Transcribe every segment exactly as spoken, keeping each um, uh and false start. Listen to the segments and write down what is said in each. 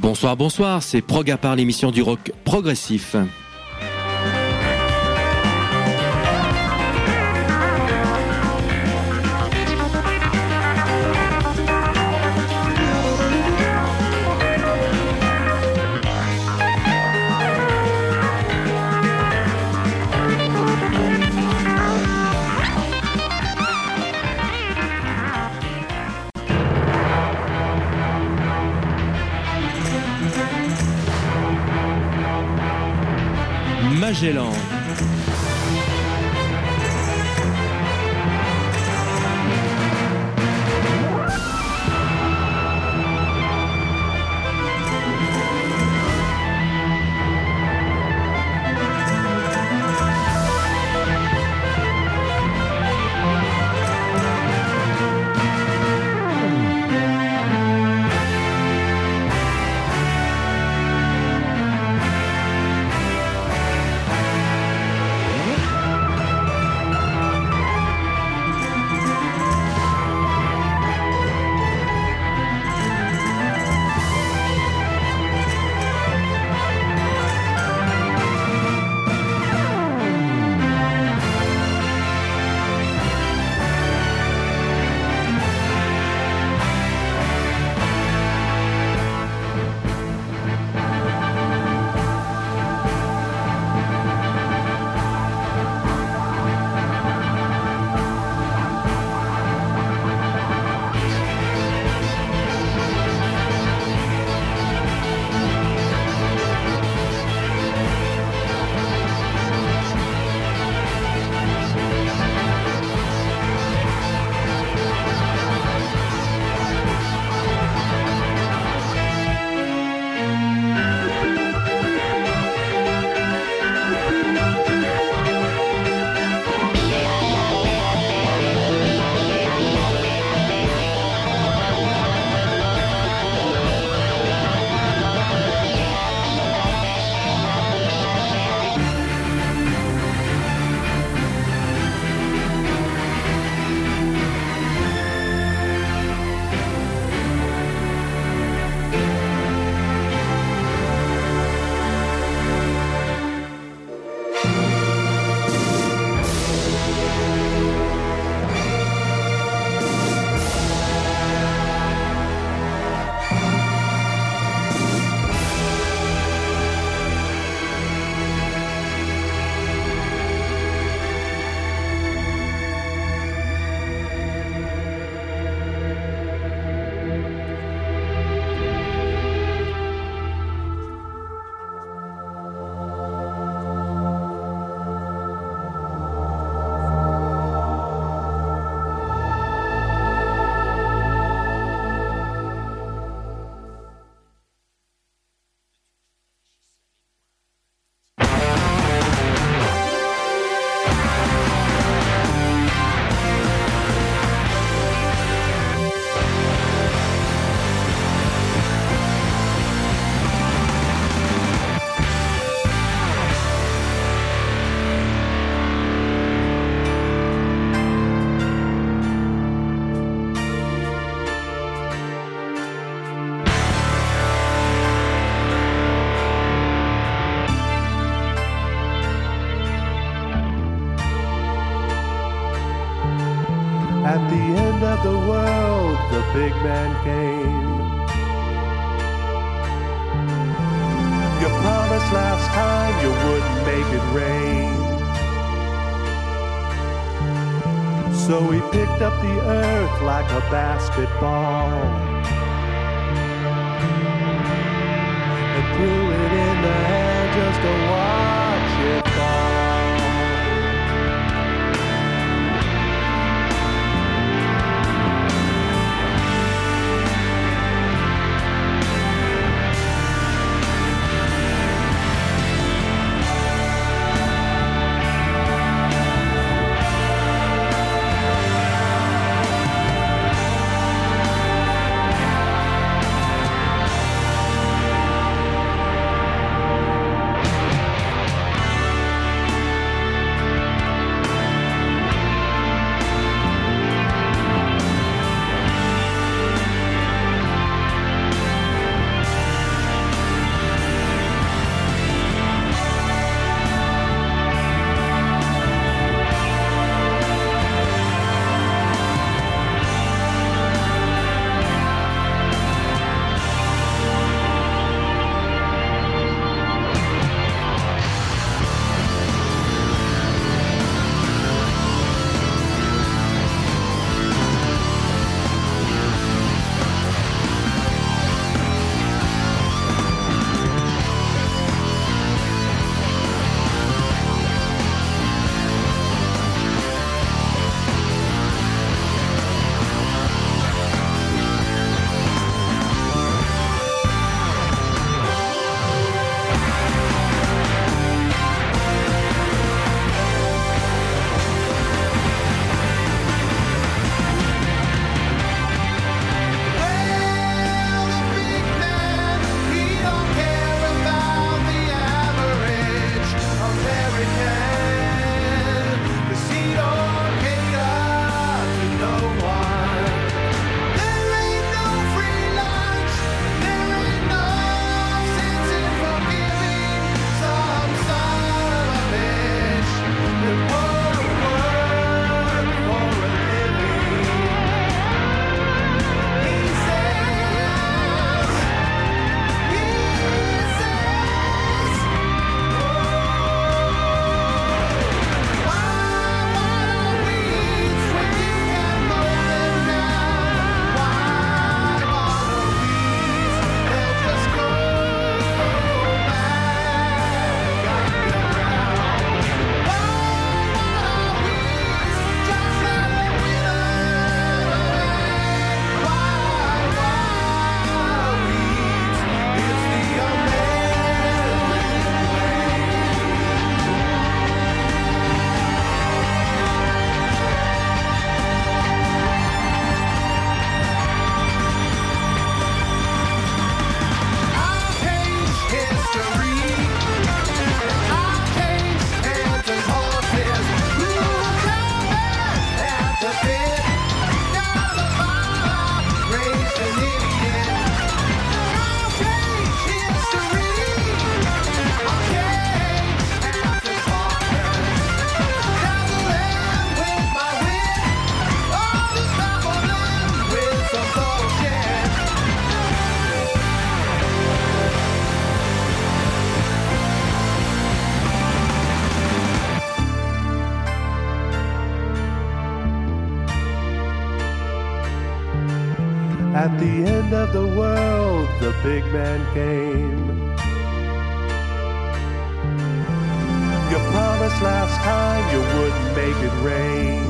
Bonsoir, bonsoir, c'est Prog à part, l'émission du rock progressif. Magellan. At the end of the world, the big man came. You promised last time you wouldn't make it rain. So he picked up the earth like a basketball and threw it in the air just to watch it fall. At the end of the world, the big man came. You promised last time you wouldn't make it rain.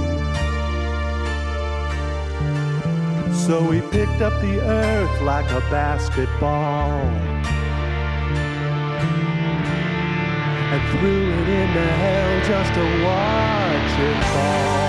So he picked up the earth like a basketball and threw it into hell just to watch it fall.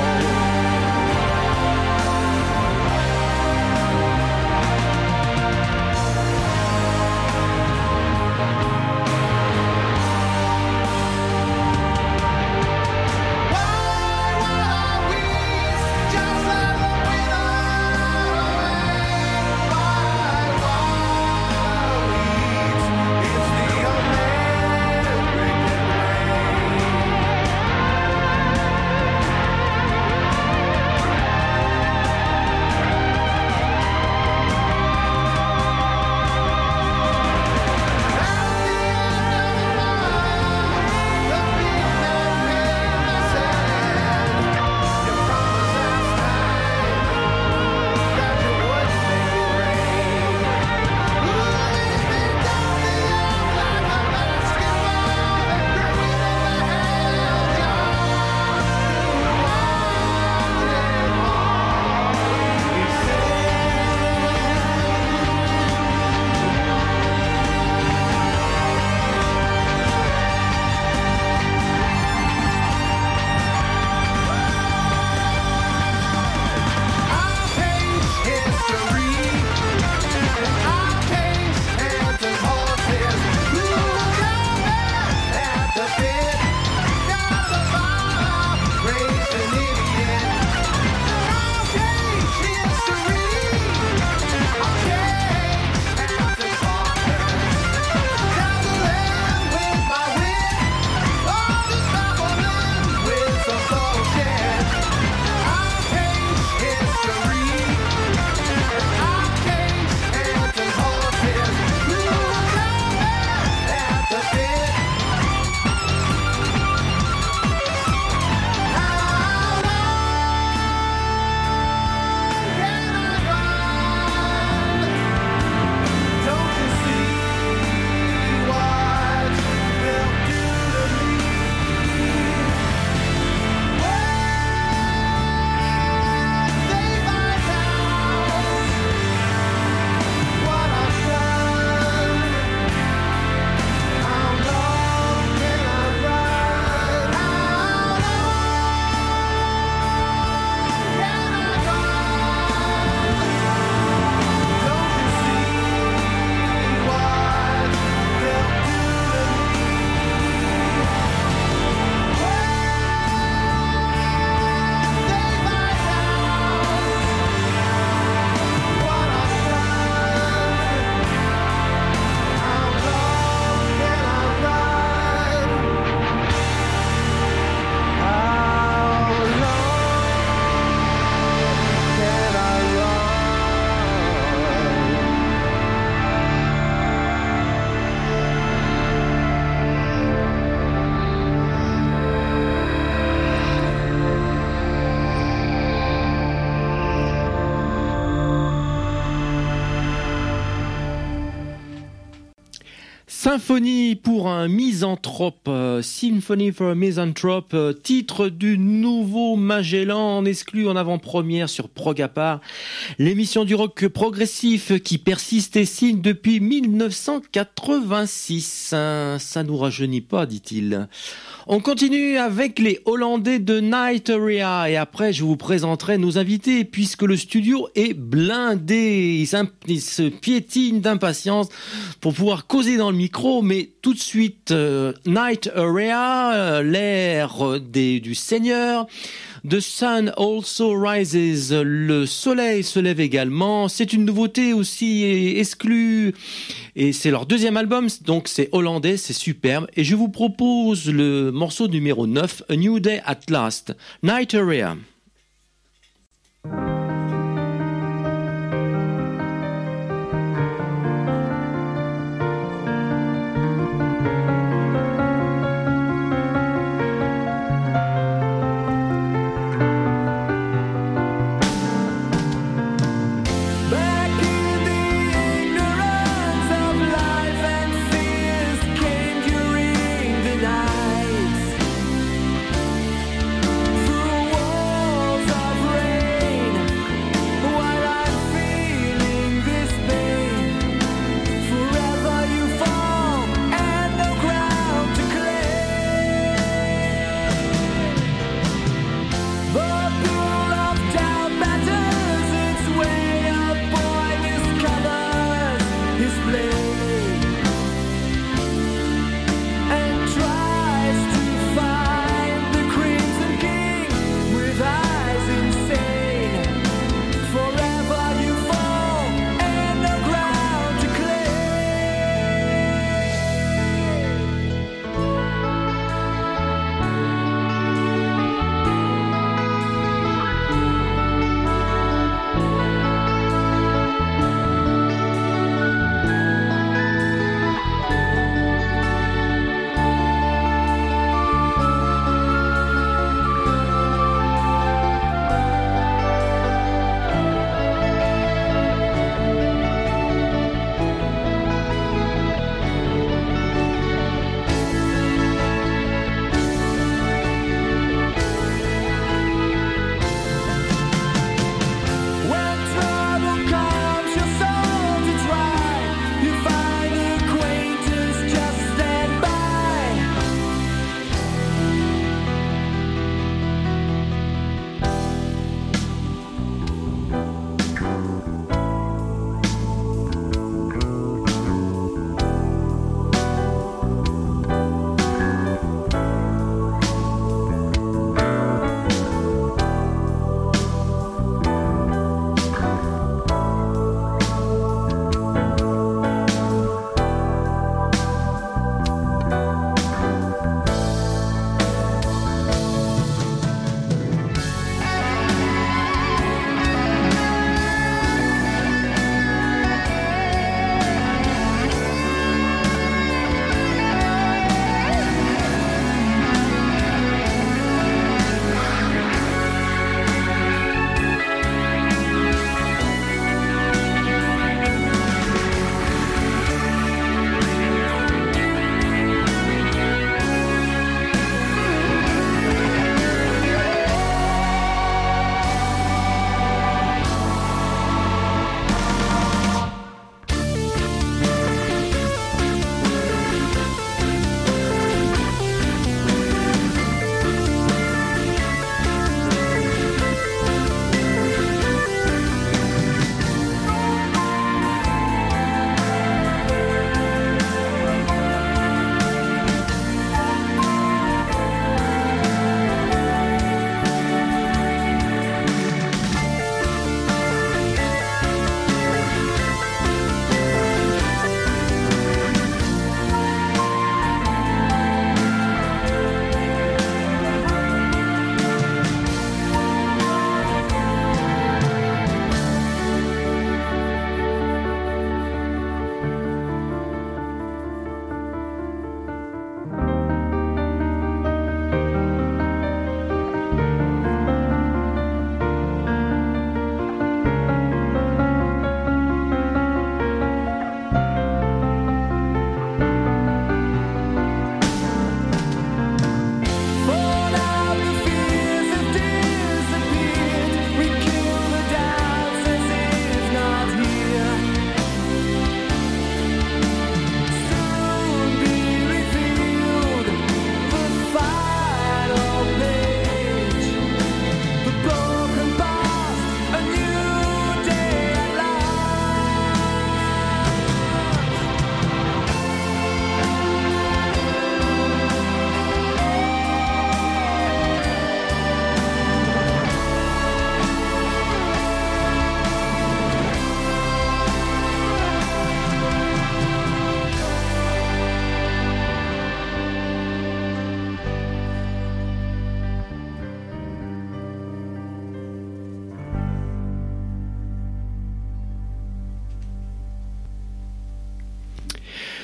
Symphonie pour un misanthrope, euh, Symphony for a Misanthrope, euh, titre du nouveau Magellan, en exclu en avant-première sur Prog à part, l'émission du rock progressif qui persiste et signe depuis mille neuf cent quatre-vingt-six. Hein, ça nous rajeunit pas, dit-il. On continue avec les Hollandais de Night Area et après je vous présenterai nos invités puisque le studio est blindé. Ils, ils se piétinent d'impatience pour pouvoir causer dans le micro, mais tout de suite euh, Night Area, euh, l'ère des, du Seigneur. The Sun Also Rises, le soleil se lève également. C'est une nouveauté aussi exclue et c'est leur deuxième album, donc c'est hollandais, c'est superbe. Et je vous propose le morceau numéro neuf, A New Day at Last, Night Area. Back in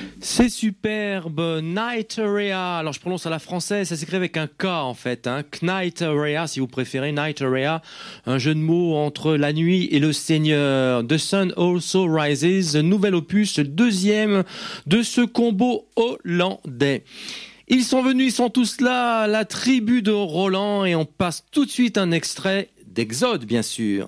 C'est superbe, Night Area. Alors je prononce à la française, ça s'écrit avec un K en fait. Hein. Knight Area, si vous préférez, Night Area. Un jeu de mots entre la nuit et le Seigneur. The Sun Also Rises, nouvel opus, deuxième de ce combo hollandais. Ils sont venus, ils sont tous là, la tribu de Roland, et on passe tout de suite un extrait d'Exode, bien sûr.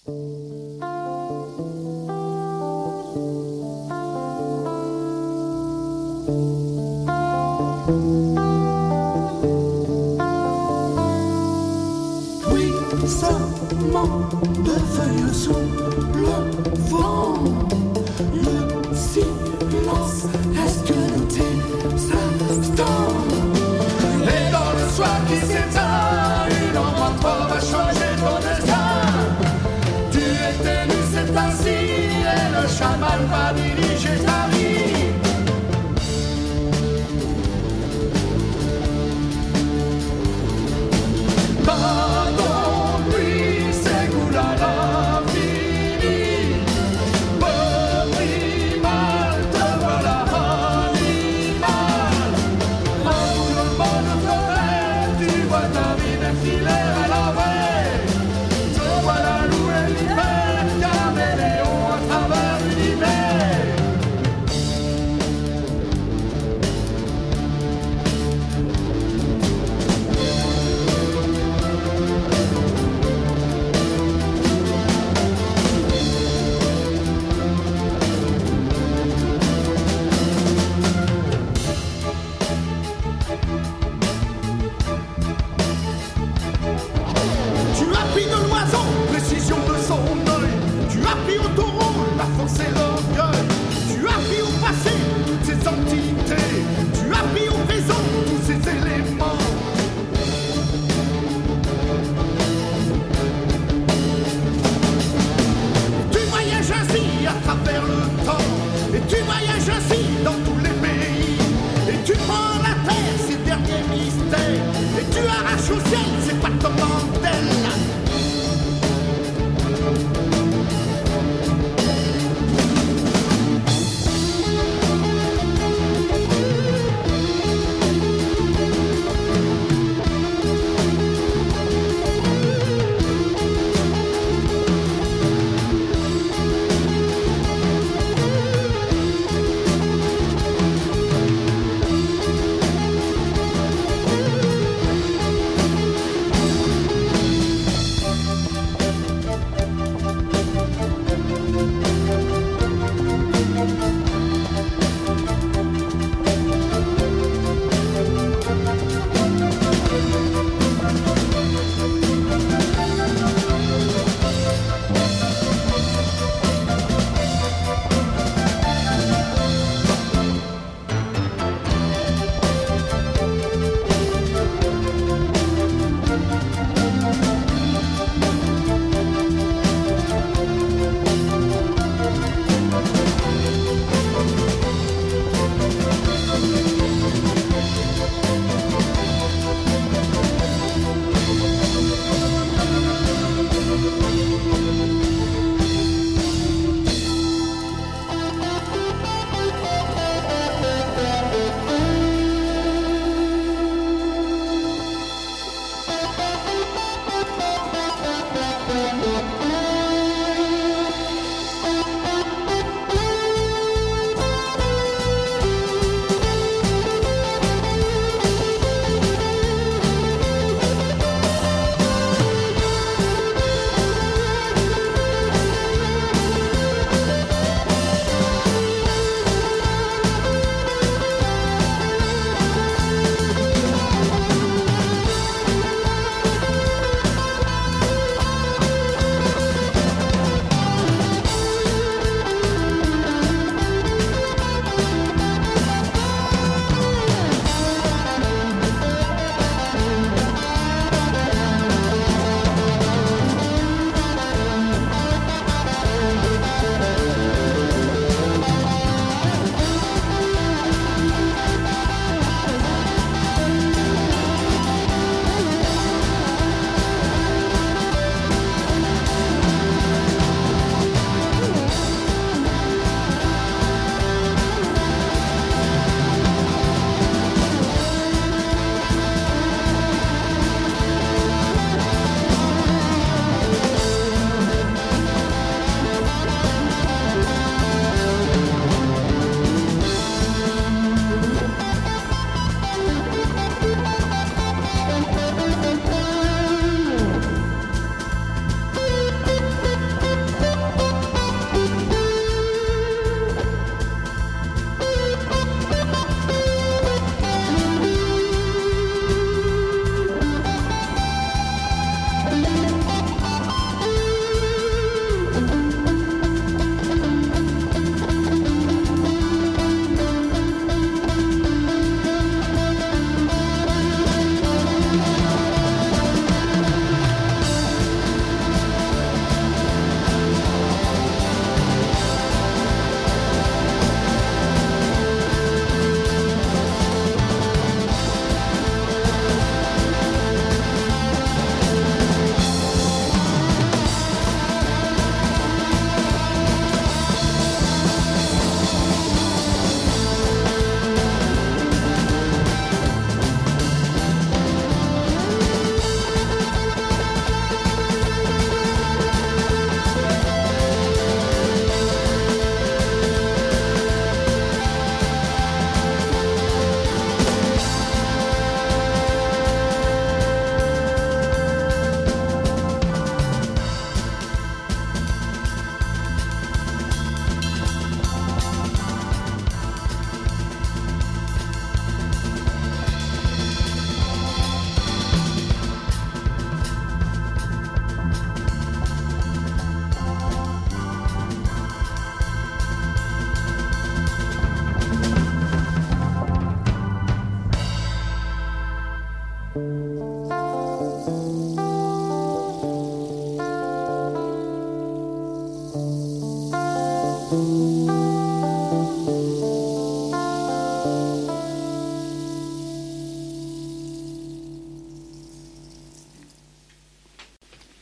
Bruissement de feuilles sous le vent, le silence est-ce que nous s'instants. Et dans le soir qui s'éteint, une ombre trop va changer ton destin. Tu es élu, c'est ainsi, et le chaman va diriger ta vie.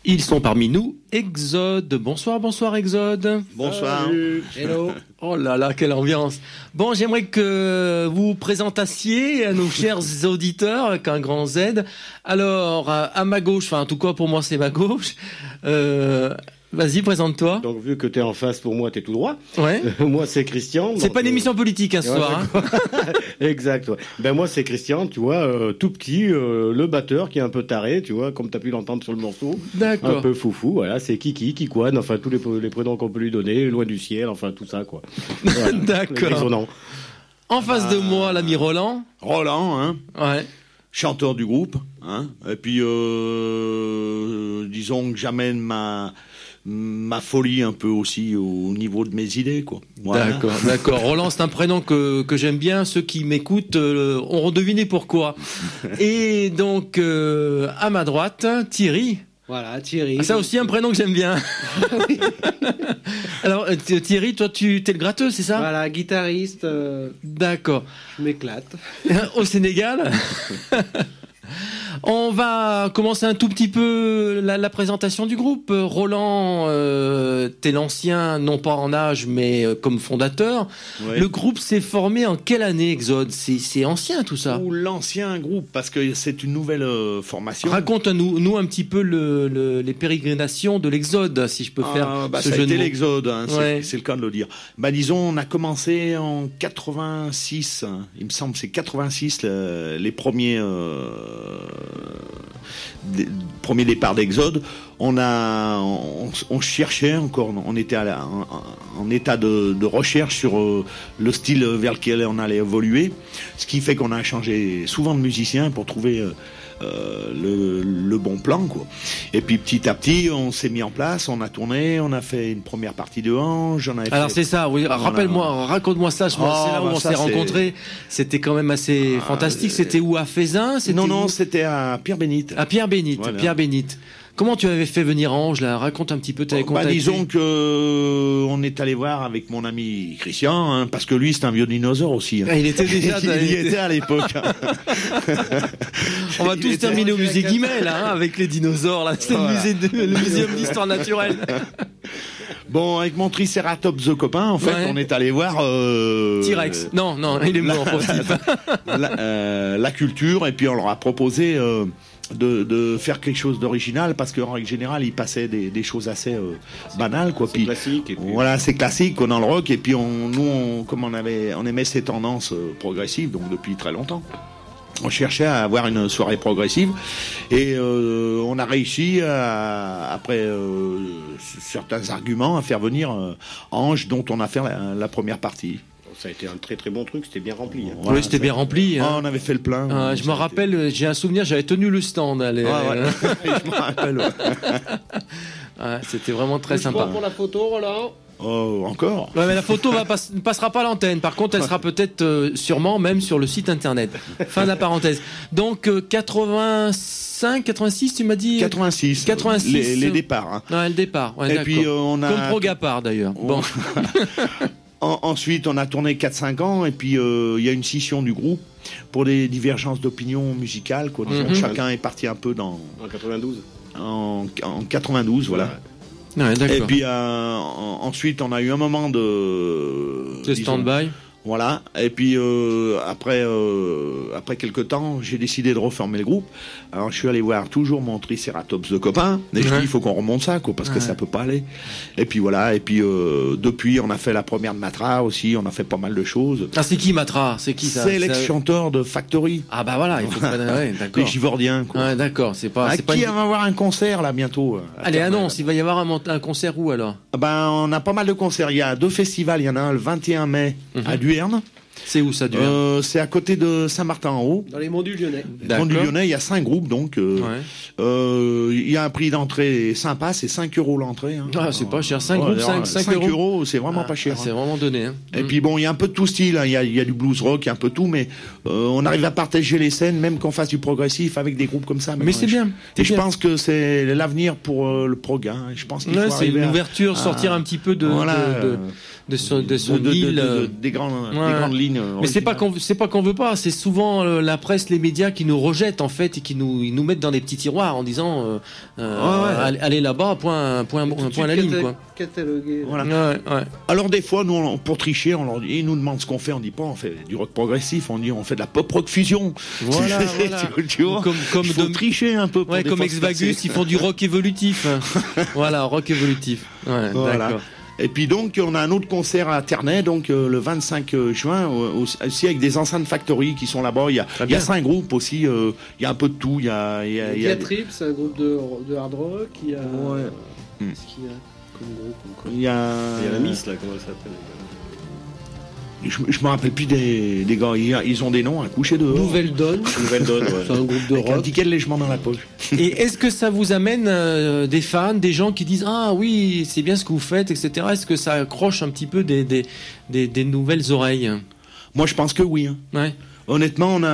Ils sont parmi nous, Exode. Bonsoir, bonsoir Exode. Bonsoir. Salut. Hello. Oh là là, quelle ambiance. Bon, j'aimerais que vous présentassiez à nos chers auditeurs avec un grand Z. Alors, à ma gauche, enfin en tout cas pour moi c'est ma gauche, euh, vas-y, présente-toi. Donc, vu que t'es en face, pour moi, t'es tout droit. Ouais. Moi, c'est Christian. C'est donc, pas une euh, émission politique hein, ce ouais, soir. Hein. Exact. Ouais. Ben moi, c'est Christian, tu vois, euh, tout petit, euh, le batteur qui est un peu taré, tu vois, comme t'as pu l'entendre sur le morceau. Un D'accord. peu foufou, voilà. C'est Kiki, Kikouane, enfin tous les, les prénoms qu'on peut lui donner, loin du ciel, enfin tout ça, quoi. Voilà. D'accord. Résonnant. En face de moi, l'ami Roland. Roland, hein, Ouais. chanteur du groupe, hein, et puis euh, disons que j'amène ma ma folie un peu aussi au niveau de mes idées, quoi. Voilà. D'accord, d'accord. Roland, c'est un prénom que, que j'aime bien. Ceux qui m'écoutent euh, auront deviné pourquoi. Et donc, euh, à ma droite, Thierry. Voilà, Thierry. Ah, ça aussi un prénom que j'aime bien. Alors, euh, Thierry, toi, tu es le gratteux, c'est ça? Voilà, guitariste, euh, D'accord. je m'éclate. Au Sénégal. On va commencer un tout petit peu la, la présentation du groupe. Roland, euh, t'es l'ancien, non pas en âge, mais euh, comme fondateur. Ouais. Le groupe s'est formé en quelle année, Exode? C'est, c'est ancien tout ça. Ou l'ancien groupe, parce que c'est une nouvelle euh, formation. Raconte-nous nous un petit peu le, le- les pérégrinations de l'Exode, si je peux faire Ah, bah, ce ça a jeu de été mots. l'exode, hein, c'est, Ouais. c'est le cas de le dire. Bah, disons, on a commencé en quatre-vingt-six, hein, il me semble, c'est quatre-vingt-six le- les premiers euh, des, premiers départs d'exode. On a, on, on cherchait encore, on était à la- en, en état de, de recherche sur euh, le style vers lequel on allait évoluer, ce qui fait qu'on a changé souvent de musicien pour trouver euh, euh, le, le bon plan, quoi. Et puis petit à petit, on s'est mis en place, on a tourné, on a fait une première partie de Ange, on avait Alors fait... c'est ça, oui. Voilà. Rappelle-moi, raconte-moi ça. Je me- Oh, c'est là où bah, on ça, s'est c'est- rencontrés. C'était quand même assez Ah, fantastique. euh, C'était où, à Fézin? C'était Non, non, où c'était à Pierre-Bénite. À Pierre-Bénite. Voilà. Pierre-Bénite. Comment tu avais fait venir Ange là? Raconte un petit peu. T'avais Bah, contacté. disons que euh, on est allé voir avec mon ami Christian, hein, parce que lui c'est un vieux dinosaure aussi. Hein. Ah, il était déjà. il y était à l'époque. hein. On va Il tous était- terminer au musée Guimet là, hein, avec les dinosaures là. C'est Voilà. le musée, de- le muséum d'histoire naturelle. Bon, avec mon Triceratops the copain, en fait, Ouais. on est allé voir euh, T-Rex. Non, non, il est mort. pauvre type. la, euh, la culture, et puis on leur a proposé euh, de, de faire quelque chose d'original, parce qu'en règle générale, ils passaient des, des choses assez euh, banales, quoi. C'est Puis, classique. Et puis, voilà, c'est classique, quoi, dans le rock, et puis on, nous, on, comme on avait, on aimait ces tendances euh, progressives, donc depuis très longtemps. On cherchait à avoir une soirée progressive, et euh, on a réussi, à, après euh, certains arguments, à faire venir euh, Ange, dont on a fait la, la première partie. ça a été un très très bon truc, c'était bien rempli. Hein. Voilà, oui, c'était ça- bien rempli. Hein. Ah, on avait fait le plein. Ah, je me rappelle, j'ai un souvenir, j'avais tenu le stand. Allez, Ah, ouais. Je me rappelle. ouais. Ouais, c'était vraiment très Je sympa. prends pour la photo, Roland. Oh, encore. Ouais, mais la photo va pas, ne passera pas à l'antenne. Par contre, elle sera peut-être euh, sûrement même sur le site internet. Fin de la parenthèse. Donc euh, quatre-vingt-cinq, quatre-vingt-six, tu m'as dit. quatre-vingt-six. quatre-vingt-six. Les, les départs. Hein. Ouais, le départ. Ouais, Et d'accord. puis euh, on a. Comme Progapar d'ailleurs. on- Bon. En- ensuite, on a tourné quatre cinq ans, et puis euh, il y a une scission du groupe pour des divergences d'opinion musicales, quoi. Disons, Mhm. chacun est parti un peu dans En quatre-vingt-douze. en, en quatre-vingt-douze, voilà. Ouais, Et d'accord. puis euh, en- ensuite, on a eu un moment de C'est disons, stand-by. Voilà. Et puis euh, après euh, après quelques temps, j'ai décidé de reformer le groupe. Alors je suis allé voir toujours mon Triceratops de copain. Et je Ouais. dis il faut qu'on remonte ça, quoi, parce Ouais. que ça peut pas aller. Et puis voilà. Et puis euh, depuis, on a fait la première de Matra aussi. On a fait pas mal de choses. Ah, c'est qui Matra? C'est qui ça? C'est Ça- l'ex-chanteur de Factory, Ah bah voilà, il faut. Ouais, d'accord. les Givordiens. Quoi. Ouais, d'accord. C'est pas. Ah, c'est pas qui une- va avoir un concert là bientôt euh, à Allez, Terre-Neuve. annonce. Il va y avoir un, mont- un concert où alors? Ah ben, on a pas mal de concerts. Il y a deux festivals. Il y en a un le vingt et un mai Mhm. à Duerne. C'est où ça dure? Euh, c'est à côté de Saint-Martin-en-Haut. Dans les monts du Lyonnais. Pont du Lyonnais, il y a cinq groupes, donc euh, Ouais. euh, il y a un prix d'entrée sympa, c'est cinq euros l'entrée. Hein. Ah, c'est pas cher. cinq Ouais, groupes, alors, cinq, cinq euros. c'est vraiment Ah, pas cher. ah, C'est hein. vraiment donné. Hein. Et Mm. puis bon, il y a un peu de tout style, hein. il, y a, il y a du blues rock, il y a un peu tout, mais euh, on arrive à partager les scènes, même qu'on fasse du progressif avec des groupes comme ça. Mais c'est je- bien. c'est Et je bien. pense que c'est l'avenir pour euh, le prog. Hein. Je pense qu'il Ouais, faut c'est arriver une à- ouverture, à- sortir un petit peu de, voilà, de, de, euh, de son, de son de- de- île. de- de- euh, des, grandes, ouais, des grandes lignes origine. Mais c'est pas qu'on c'est pas qu'on veut pas, c'est souvent euh, la presse, les médias qui nous rejettent en fait et qui nous ils nous mettent dans des petits tiroirs en disant euh, euh, Ouais, ouais. allez, allez là-bas point point Tout de point suite la ligne cata- quoi. Catalogué. Voilà. Ouais, ouais. Alors des fois, nous, on- pour tricher, on leur dit, ils nous demandent ce qu'on fait. On dit pas, on fait du rock progressif. On dit, on fait de la pop rock fusion. Voilà, voilà. tu, tu vois, Comme comme il faut de- tricher un peu. Pour Ouais, des comme fois se Ex-Vagus, passer. ils font du rock évolutif. Voilà, rock évolutif. Ouais, Voilà. d'accord. Et puis donc, on a un autre concert à Ternay, donc euh, le vingt-cinq juin, euh, aussi avec des enceintes Factory qui sont là-bas. Il y a, Très il y a bien. cinq groupes aussi. euh, il y a un peu de tout. Il y a, il y a, il y a- Diatrib, c'est un groupe de, de hard rock. Il y a. Ouais. Qu'est-ce qu'il y a comme groupe encore il y a, Il y a la Miss, là, comment elle s'appelle? Je, je me rappelle plus des, des gars. Ils, ils ont des noms à coucher dehors. Nouvelle Donne. Nouvelle donne, ouais. C'est un groupe de Avec un rock. ticket légèrement dans la poche. Et est-ce que ça vous amène euh, des fans, des gens qui disent ah oui c'est bien ce que vous faites, et cetera. Est-ce que ça accroche un petit peu des des, des, des nouvelles oreilles? Moi, je pense que oui. hein. Ouais. Honnêtement, on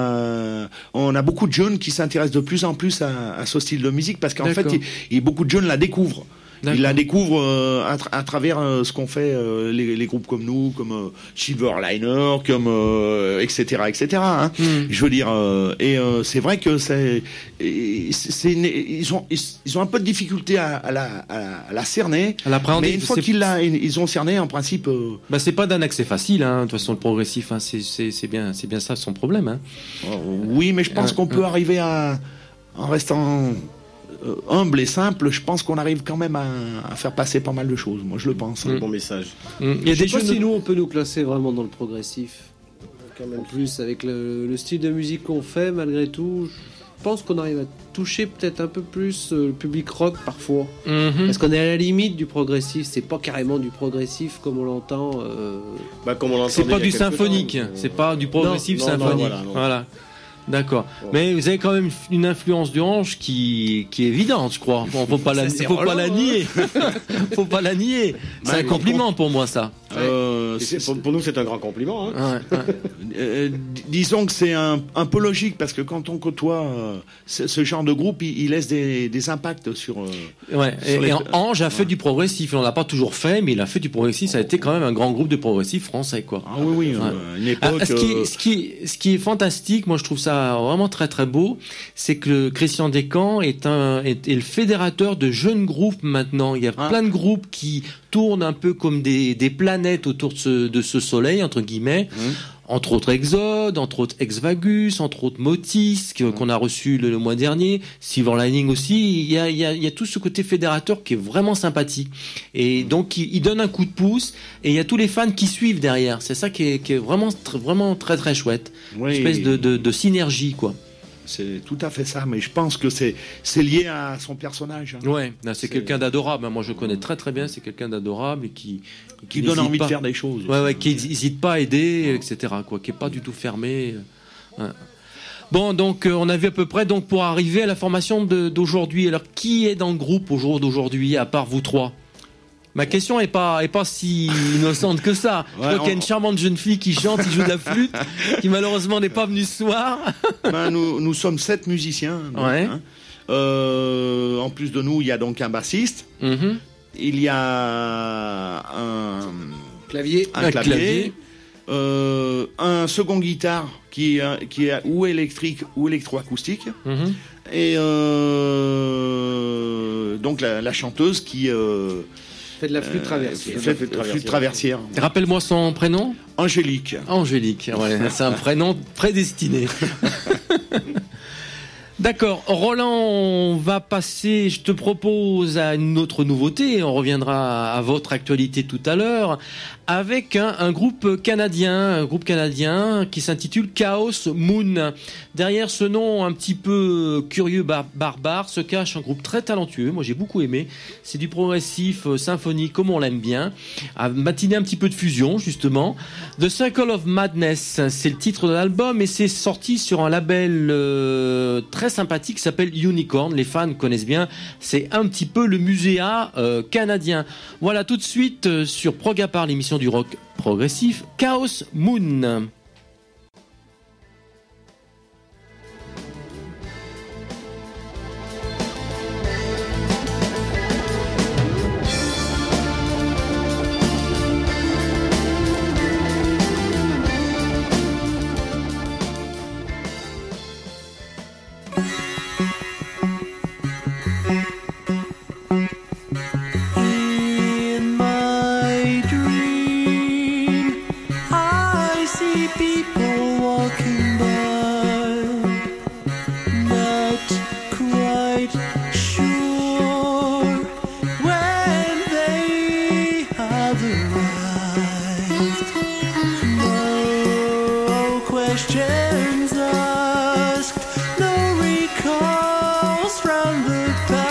a, on a beaucoup de jeunes qui s'intéressent de plus en plus à, à ce style de musique parce qu'en fait, D'accord. il, il- beaucoup de jeunes la découvrent. Ils la D'accord. découvrent euh, à, tra- à travers euh, ce qu'on fait euh, les, les groupes comme nous, comme euh, Silverliner, comme euh, et cetera, et cetera. Hein. Mm. Je veux dire, euh, et euh, c'est vrai que c'est, et c'est, c'est une- ils ont, ils, ils ont un peu de difficulté à, à la, à, la- à la cerner. À l'appréhender, Mais une fois c'est- qu'ils la, ils ont cerné, en principe. euh, Bah c'est pas d'un accès facile, hein. De toute façon le progressif, hein, c'est c'est c'est bien c'est bien ça son problème. Hein. Oui, mais je pense Euh, qu'on peut euh. arriver à, en restant euh, humble et simple, je pense qu'on arrive quand même à, à faire passer pas mal de choses. Moi, je le pense. C'est un bon message. Mm. Il y a Je sais des pas jeunes. si nous on peut nous classer vraiment dans le progressif. Quand même plus avec le, le style de musique qu'on fait, malgré tout, je pense qu'on arrive à toucher peut-être un peu plus euh, le public rock parfois. Mhm. Parce qu'on est à la limite du progressif, c'est pas carrément du progressif comme on l'entend. euh, Bah, comme on l'entendait C'est pas il y a du quelques symphonique, temps, euh, c'est pas du progressif Non, non, non, symphonique. voilà, non. Voilà. D'accord. Bon. Mais vous avez quand même une influence du Hanche qui, qui est évidente, je crois. Bon, faut pas la, Ça, c'est faut pas relou, la hein. nier. Faut pas la nier. C'est Bah, un compliment pour moi, ça. Euh, Et c'est- c'est- pour, pour nous, c'est un grand compliment. Hein. Ouais, ouais. euh, d- disons que c'est un, un peu logique parce que quand on côtoie euh, ce, ce genre de groupe, il, il laisse des, des impacts sur. euh, Ouais. Et, Sur les- et Ange a fait Ouais. du progressif. On l'a pas toujours fait, mais il a fait du progressif. Ça a été quand même un grand groupe de progressif français, quoi. Ah oui, oui, Ouais. euh, une Ah, époque. ce, qui euh, est, ce, qui est, ce qui est fantastique, moi je trouve ça vraiment très très beau, c'est que le Christian Descamps est, un, est, est le fédérateur de jeunes groupes maintenant. Il y a Ah. plein de groupes qui tournent un peu comme des, des planètes autour de ce, de ce soleil, entre guillemets. Hum. Entre autres Exode, entre autres Ex-Vagus, entre autres Motis, que- qu'on a reçu le, le mois dernier, Silverlining aussi. Il y, a, il, y a, il y a tout ce côté fédérateur qui est vraiment sympathique. Et donc, il, il donne un coup de pouce, et il y a tous les fans qui suivent derrière. C'est ça qui est, qui est vraiment, tr- vraiment très très chouette. oui, Une espèce de, de, de synergie, quoi. C'est tout à fait ça, mais je pense que c'est c'est lié à son personnage. hein. Ouais, là, c'est C'est- quelqu'un d'adorable. Moi, je le connais très très bien. C'est quelqu'un d'adorable et qui, Qui donne n'hésite envie pas. de faire des choses. Ouais, ouais, qui n'hésite pas à aider, et cetera. Quoi, qui est pas du tout fermé. Ouais. Bon, donc euh, on a vu à peu près donc pour arriver à la formation de- d'aujourd'hui. Alors, qui est dans le groupe au jour d'aujourd'hui, à part vous trois? Ma question est pas est pas si innocente que ça. Je Ouais, crois qu'il y a on- une charmante jeune fille qui chante, qui joue de la flûte, qui malheureusement n'est pas venue ce soir. Ben, nous, nous sommes sept musiciens. donc, Ouais. hein. Euh, en plus de nous, il y a donc un bassiste. Mhm. Il y a un, Clavier. un Un clavier, clavier. euh, un second guitare qui, est- qui est ou électrique ou électroacoustique, Mhm. et euh, donc la, la chanteuse qui euh, Fait de la flûte euh, traversière. fait- flûte flûte traversière. traversière. Rappelle-moi son prénom. Angélique. Angélique, ouais, c'est un prénom prédestiné. D'accord, Roland, on va passer, je te propose à une autre nouveauté, on reviendra à votre actualité tout à l'heure, avec un, un groupe canadien, un groupe canadien qui s'intitule Chaos Moon. Derrière ce nom un petit peu curieux, bar- barbare, se cache un groupe très talentueux, moi j'ai beaucoup aimé, c'est du progressif euh, symphonique comme on l'aime bien, à matiner un petit peu de fusion justement. The Circle of Madness, c'est le titre de l'album et c'est sorti sur un label euh, très sympathique qui s'appelle Unicorn. Les fans connaissent bien, c'est un petit peu le muséa euh, canadien. Voilà tout de suite euh, sur Progapar, l'émission du rock progressif, Chaos Moon. Thank In my dream, I see people walking by, not quite sure when they have arrived. No questions asked, no recalls from the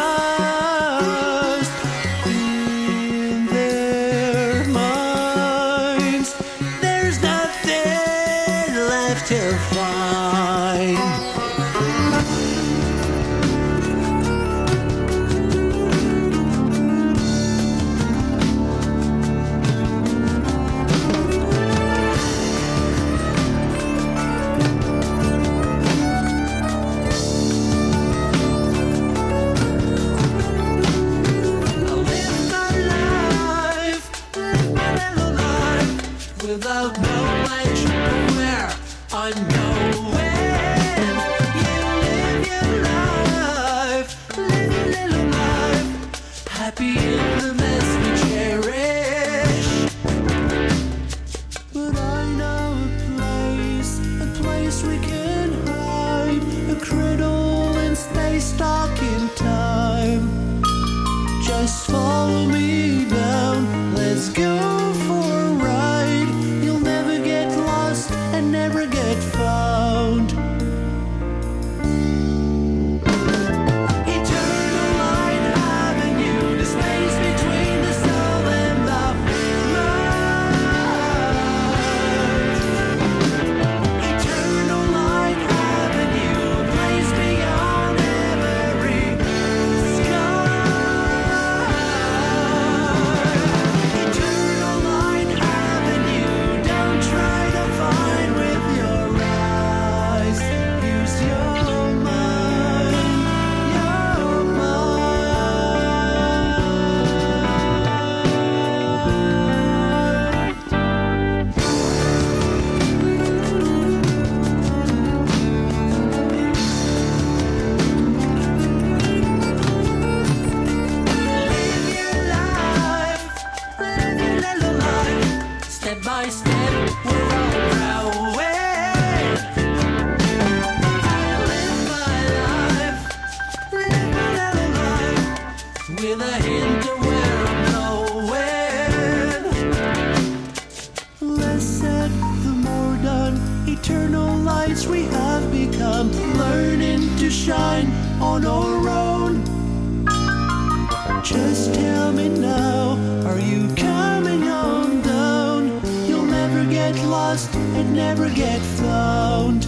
past. In their minds, there's nothing left to find. Live my life, live my little life, without knowledge of where I'm going. You live your life, live your little life, happy in the mess we cherish. But I know a place, a place we can hide, a cradle and stay stuck in time. Just follow me down, let's go for a ride. You'll never get lost and never get found. Eternal light avenue, the space between the soul and the mind. Eternal light avenue, a place beyond every sky. Eternal light avenue, don't try to find with your eyes. Use your mind, your mind. Live your life, live your little life. Step by step, we're all growing. I live my life, live my little life, with a hint of where I'm going. Less said, the more done. Eternal lights we have become, learning to shine on our own. Just tell me now, are you coming on down? You'll never get lost and never get found.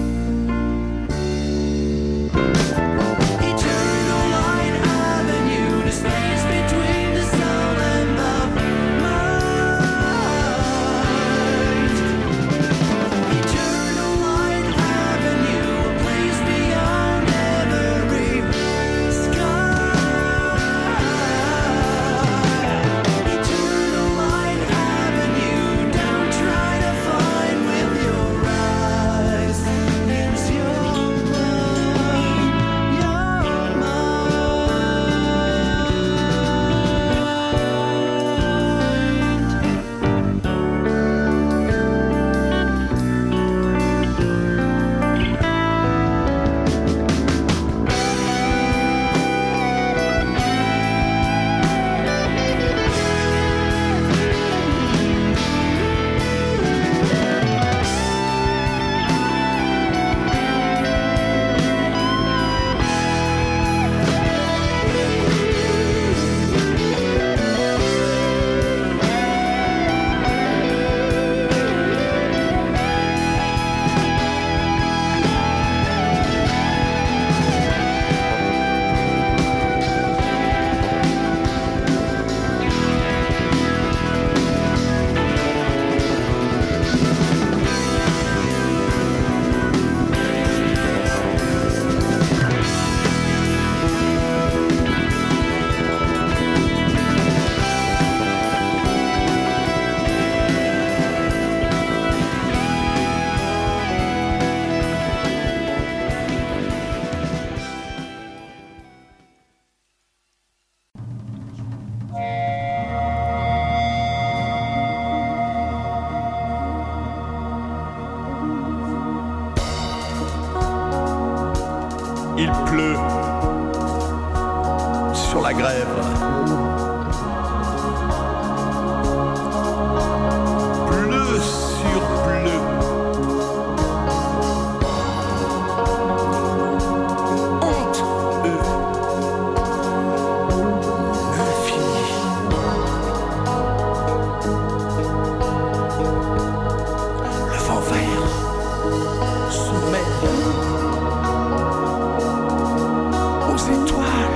Eternal light avenue, the space between the soul and the mind. Eternal light avenue, a place beyond every sky. Eternal light avenue, don't try to find with your eyes. il pleut sur la grève. Bleu sur bleu. Honte, eux. L'infini. Le vent vert se mêle aux étoiles.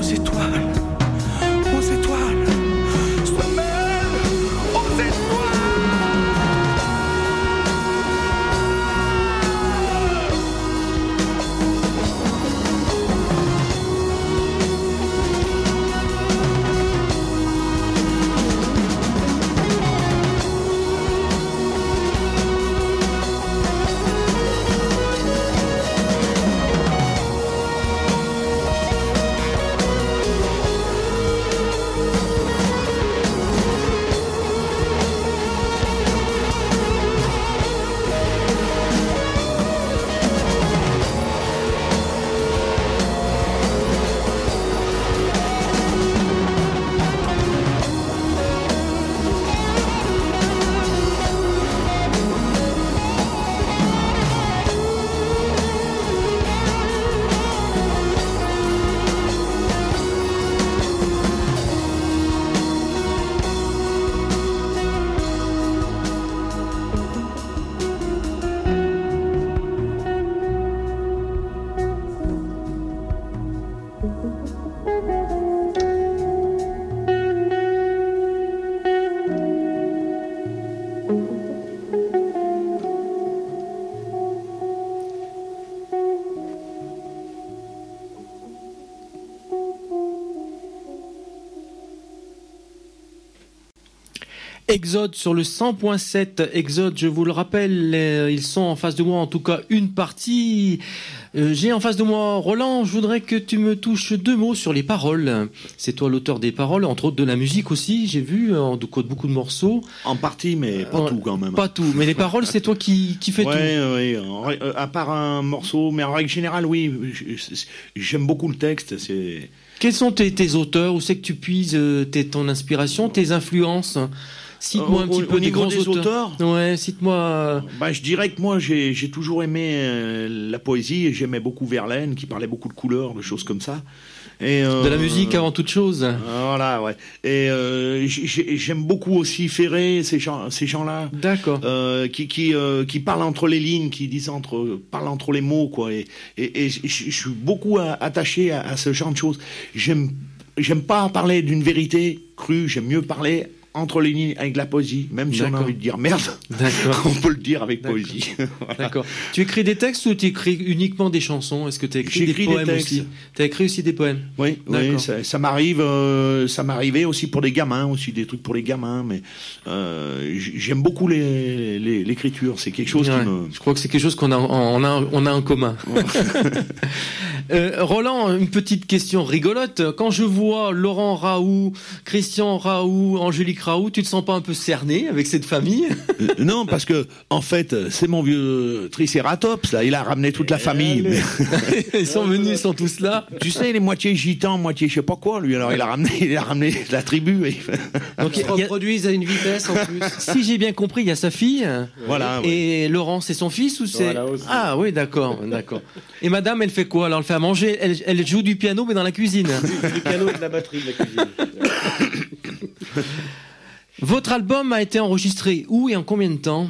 étoiles, aux étoiles, se mêle aux étoiles. Exode sur le cent point sept. Exode, je vous le rappelle, euh, ils sont en face de moi, en tout cas une partie. Euh, j'ai en face de moi Roland. Je voudrais que tu me touches deux mots sur les paroles. C'est toi l'auteur des paroles, entre autres de la musique aussi. J'ai vu en de beaucoup de morceaux. En partie, mais pas Euh, tout quand même. Pas tout, mais les paroles, c'est toi qui qui fais Ouais, tout. ouais, en rè- euh, à part un morceau, mais en règle générale, oui, j- j'aime beaucoup le texte. C'est Quels sont tes, tes auteurs? Où c'est que tu puises euh, tes, ton inspiration, tes influences? Cite-moi un Au- petit au peu des niveau grands des auteurs. Ouais, cite-moi. euh, Bah, je dirais que moi, j'ai j'ai toujours aimé euh, la poésie et j'aimais beaucoup Verlaine, qui parlait beaucoup de couleurs, de choses comme ça. Et, euh, de la musique avant toute chose. Voilà, ouais. Et euh, j'ai- j'ai- j'aime beaucoup aussi Ferré, ces gens, ces gens-là. D'accord. Euh, qui qui euh, qui parlent entre les lignes, qui disent entre parlent entre les mots, quoi. Et et, et je je suis beaucoup a- attaché à, à ce genre de choses. J'aime j'aime pas parler d'une vérité crue. J'aime mieux parler entre les lignes avec la poésie, même si on a D'accord. envie de dire merde, D'accord. on peut le dire avec D'accord. poésie. Voilà. D'accord. Tu écris des textes ou tu écris uniquement des chansons? Est-ce que tu as écrit des J'écris des poèmes textes. aussi? Tu as écrit aussi des poèmes? Oui, oui, D'accord. ça, ça m'arrive, euh, ça m'arrivait aussi pour des gamins, aussi des trucs pour les gamins, mais euh, j- j'aime beaucoup les- les- l'écriture. C'est quelque chose Ouais. qui me. Je crois que c'est quelque chose qu'on a, on a, on a en commun. Euh, Roland, une petite question rigolote. Quand je vois Laurent Raoult, Christian Raoult, Angélique Raoult, tu te sens pas un peu cerné avec cette famille? Euh, non, parce que en fait, c'est mon vieux Tricératops là. Il a ramené toute la famille. mais- Ils sont venus, ils sont tous là. tu sais, il est moitié gitan, moitié je sais pas quoi. Lui, alors il a ramené, il a ramené la tribu. Et... Donc, Ils il se y a- reproduisent à une vitesse en plus. si j'ai bien compris, il y a sa fille. Voilà. ouais. Et Laurent, c'est son fils ou c'est Voilà, aussi. Ah oui, d'accord, d'accord. Et madame, elle fait quoi? Alors, elle fait à manger. Elle, elle joue du piano, mais dans la cuisine. Du piano et de la batterie de la cuisine. Votre album a été enregistré où et en combien de temps?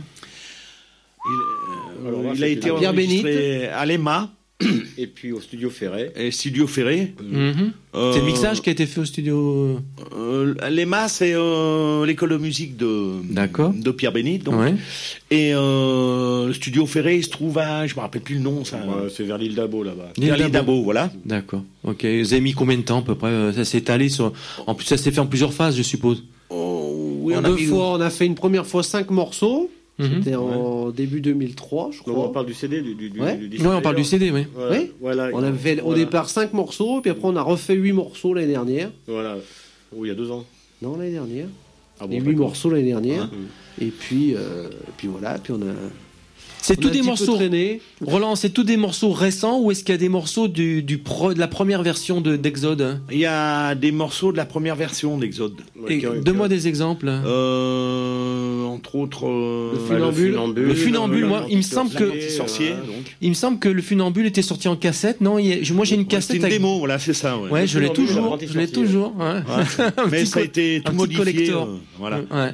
Il, Alors là, il a c'était été Pierre enregistré à l'E M A, Et puis au studio Ferret. et Studio Ferré. Mhm. Euh, C'est le mixage qui a été fait au studio. Euh, L'E M A, c'est euh, l'école de musique de, D'accord. de Pierre Bénite. Donc. Ouais. Et euh, le Studio Ferré, il se trouve à, je me rappelle plus le nom, ça. Ouais, c'est vers l'île d'Abo là-bas. Vers l'île d'Abo, voilà. D'accord. Ok. Vous avez mis combien de temps à peu près? euh, Ça s'est étalé sur. En plus, ça s'est fait en plusieurs phases, je suppose. Oh, oui, En on a deux mis- fois, on a fait une première fois cinq morceaux. Mhm. C'était en début deux mille trois, je Non, crois. on parle du C D, du, du, du, Ouais. du disque Ouais, on parle du d'ailleurs. C D, oui. Voilà. Oui. Voilà. On avait fait au Voilà. départ cinq morceaux, puis après on a refait huit morceaux l'année dernière. Voilà. Oh, il y a deux ans. Non, l'année dernière. Ah Et bon, huit d'accord. morceaux l'année dernière. Ouais. Et puis, euh, et puis voilà, puis on a. C'est on tous a un des petit peu morceaux. traîné. Roland, c'est tous des morceaux récents ou est-ce qu'il y a des morceaux du, du pro, de la première version de d'Exode? Il y a des morceaux de la première version d'Exode. Ouais, Et qui- donne-moi qui- des exemples. Euh, entre autres. euh, Le Ouais, funambule. funambule. Le funambule, moi, il me semble que- Petit sorcier, donc. Il me semble que le funambule était sorti en cassette, non? Il y a- Moi, j'ai une Ouais, cassette. C'est une avec- démo, voilà, c'est ça. Ouais. Ouais, je l'ai funambule, toujours. l'apprenti Je l'ai sorcier. toujours. Ouais. Ouais. Un Mais petit ça a co- été un tout petit modifié. collector. euh, voilà. Ouais.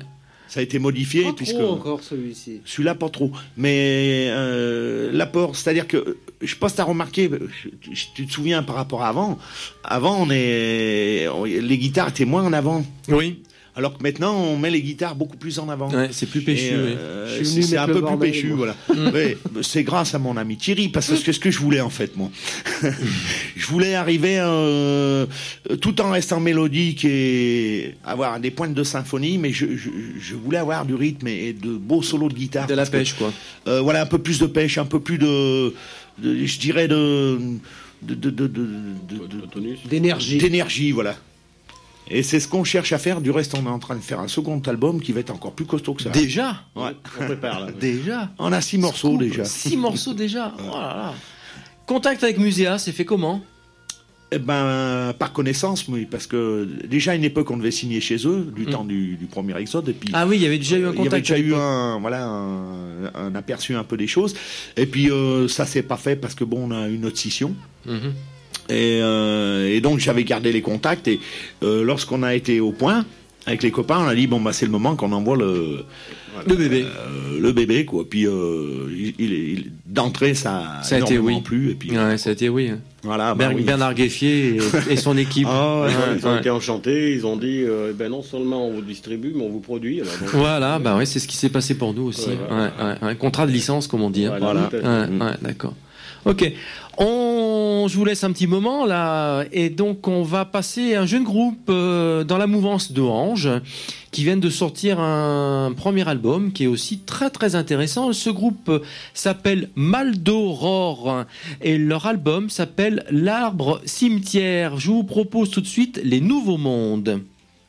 Ça a été modifié Pas puisque trop encore celui-ci. celui-là pas trop. Mais euh, l'apport, c'est-à-dire que je pense que tu as remarqué, je- je- tu te souviens par rapport à avant. Avant, on est, on- les guitares étaient moins en avant. Oui, Alors que maintenant, on met les guitares beaucoup plus en avant. ouais, c'est plus péchu. Et, oui. euh, Je suis c'est venu c'est mettre un le peu plus bordel, péchu, moi. voilà. Ouais, c'est grâce à mon ami Thierry, parce que c'est ce que je voulais en fait, moi. Je voulais arriver euh, tout en restant mélodique et avoir des pointes de symphonie, mais je, je, je voulais avoir du rythme et de beaux solos de guitare. De la parce que, pêche, quoi. euh, voilà, un peu plus de pêche, un peu plus de, de- je dirais de, de, de, de, de- de- de- Tonus. D'énergie. d'énergie, voilà. Et c'est ce qu'on cherche à faire. Du reste, on est en train de faire un second album qui va être encore plus costaud que ça. Déjà Ouais. On prépare là. Déjà On a six morceaux Scoop, déjà. Six morceaux déjà. Oh là là. Contact avec Muséa, c'est fait comment? Eh ben, par connaissance, oui, parce que déjà à une époque, on devait signer chez eux, du Mm. temps du, du premier Exode, et puis Ah oui, il y avait déjà eu un il y avait contact. déjà avec eu toi. un, voilà, un, un aperçu un peu des choses. Et puis euh, ça s'est pas fait parce que bon, on a une autre scission. Mhm. Et, euh, et donc j'avais gardé les contacts. Et euh, lorsqu'on a été au point avec les copains, on a dit bon bah c'est le moment qu'on envoie le Le bébé. euh, le bébé quoi. Puis euh, il, il- il- d'entrée ça a Ça a été énormément oui. plu. Et puis Ouais, ça a été oui. voilà. bah Ber- oui. Bernard Gueffier et, et son équipe. Ah, ouais, Ouais, Ils ont ouais. été enchantés, ils ont dit euh, ben non seulement on vous distribue, mais on vous produit. Alors, donc, Voilà, bah ouais, c'est ce qui s'est passé pour nous aussi. Ouais, Ouais, ouais, ouais. Contrat de licence, comme on dit. hein. Voilà. Ouais, tout à fait. ouais, d'accord. Ok. On, je vous laisse un petit moment là, et donc on va passer un jeune groupe euh, dans la mouvance de Ange, qui viennent de sortir un premier album qui est aussi très très intéressant. Ce groupe euh, s'appelle Maldoror et leur album s'appelle L'Arbre Cimetière. Je vous propose tout de suite Les Nouveaux Mondes.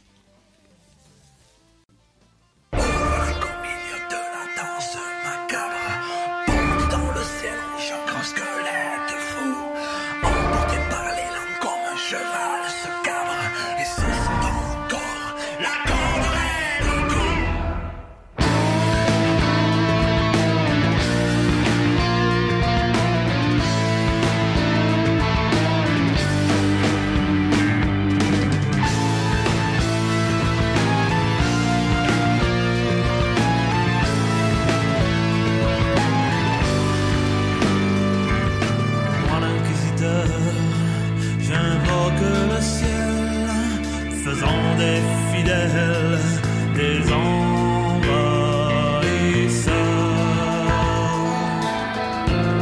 Au milieu de la danse macabre, pend dans le ciel un chacun squelette fou, emporté par l'élan comme un cheval se cabre, et ce sont encore la corderelle du coup. Moi l'inquisiteur, j'invoque le ciel, faisant des fidèles des envahisseurs.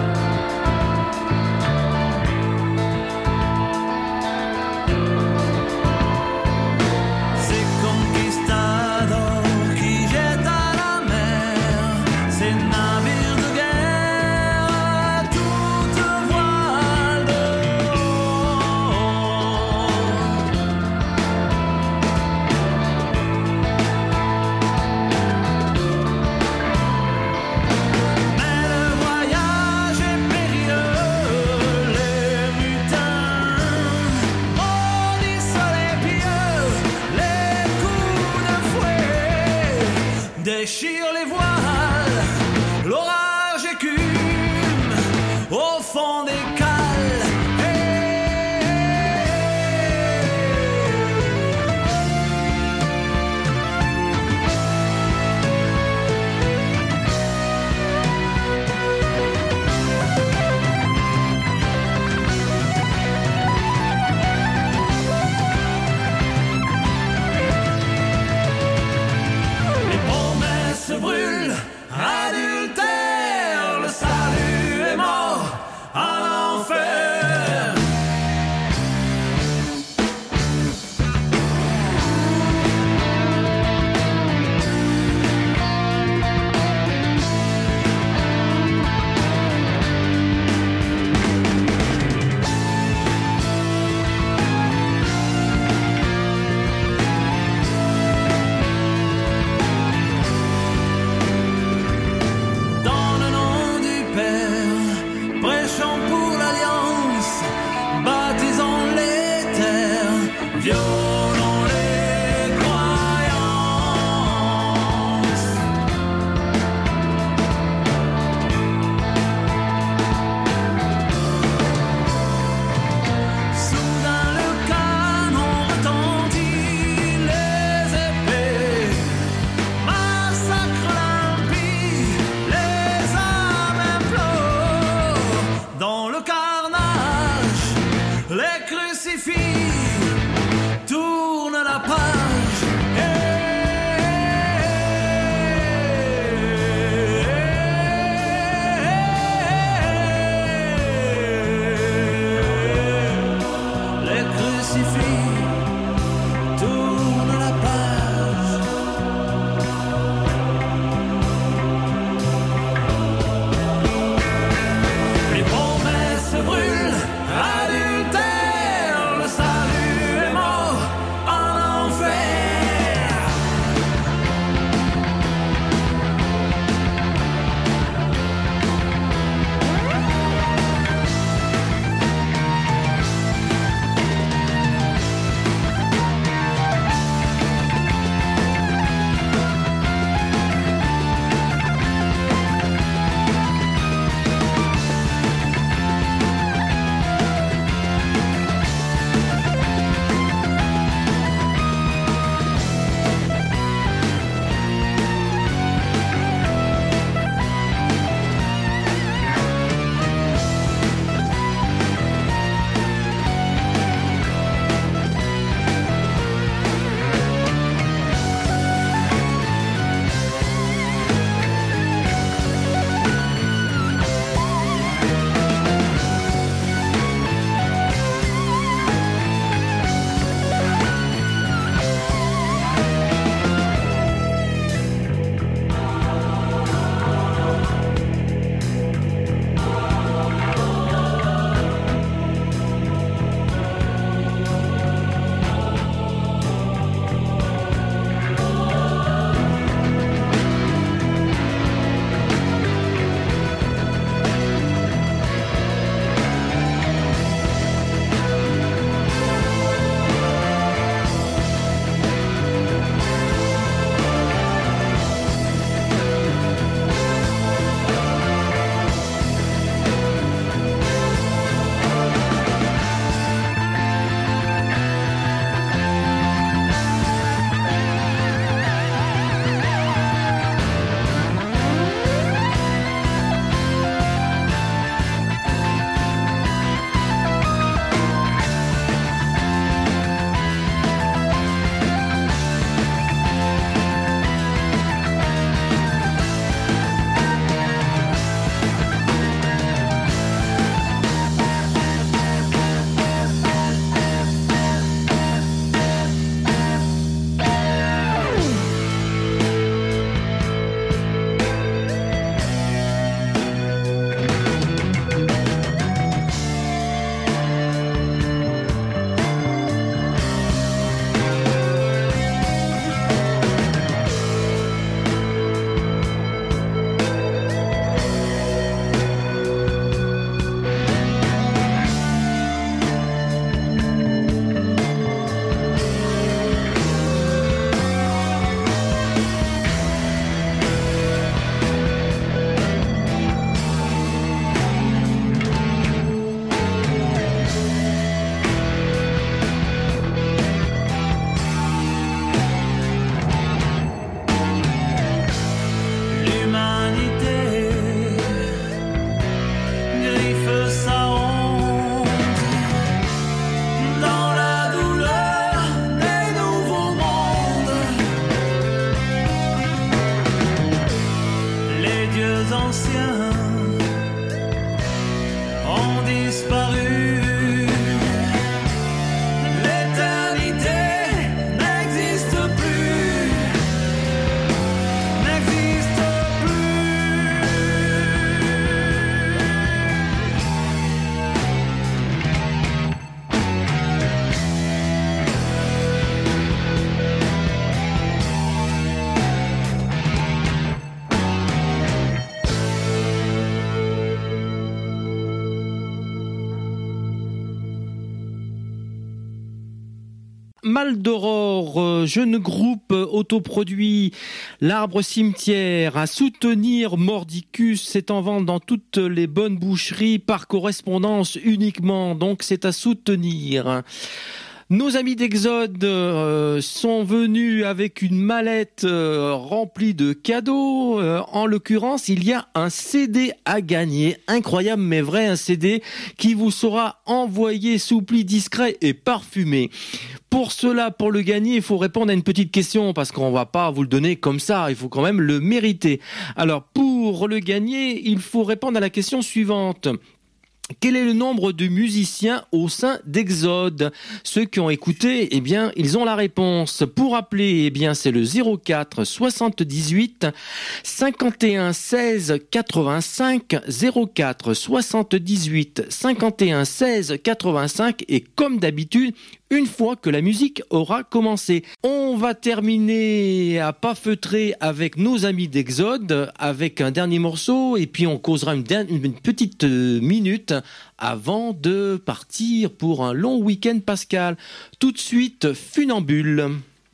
Ces conquistadors qui jettent à la mer ces navires de guerre à toute voile Mais le voyage est périlleux, les mutins maudissent les pieux, les coups de fouet déchirent les voiles, l'orage écume au fond des cales. Les promesses brûlent, adultère, le salut est mort en enfer. Dans le nom du Père, prêchons pour l'Alliance, baptisons les terres, violons les croyances. Soudain le canon retentit, les épées crucifix, tourne la page. Les crucifix, tourne la page. Les promesses brûlent, adultère, le salut est mort en enfer. Mal d'Aurore, euh, jeune groupe euh, autoproduit, l'Arbre Cimetière, à soutenir Mordicus, c'est en vente dans toutes les bonnes boucheries par correspondance uniquement, donc c'est à soutenir. Nos amis d'Exode euh, sont venus avec une mallette euh, remplie de cadeaux. Euh, en l'occurrence, il y a un C D à gagner. Incroyable mais vrai, un C D qui vous sera envoyé sous pli discret et parfumé. Pour cela, pour le gagner, il faut répondre à une petite question parce qu'on va pas vous le donner comme ça. Il faut quand même le mériter. Alors, pour le gagner, il faut répondre à la question suivante. Quel est le nombre de musiciens au sein d'Exode? Ceux qui ont écouté, eh bien, ils ont la réponse. Pour appeler, eh bien, c'est le zéro quatre soixante-dix-huit cinquante et un seize quatre-vingt-cinq, zéro quatre soixante-dix-huit cinquante et un seize quatre-vingt-cinq, et comme d'habitude, une fois que la musique aura commencé. On va terminer à pas feutrer avec nos amis d'Exode, avec un dernier morceau, et puis on causera une, dernière, une petite minute avant de partir pour un long week-end pascal. Tout de suite, Funambule.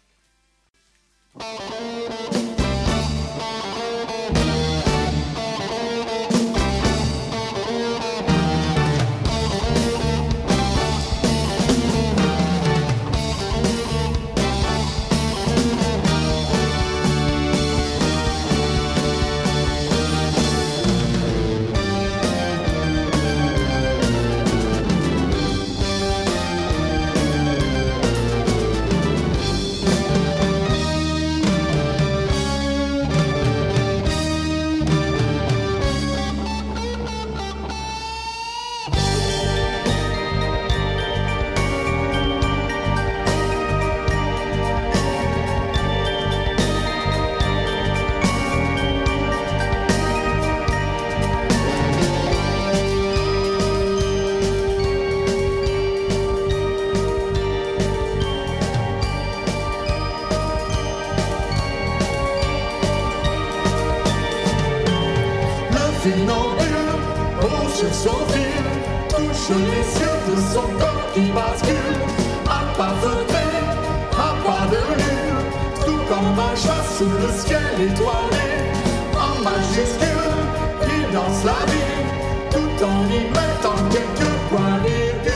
funambule, on sur son fil, touche les cieux de son corps qui bascule, à pas feutrer, à pas de lune, tout comme un chat sous le ciel étoilé, en majuscule, il danse la vie, tout en y mettant quelques points virgules.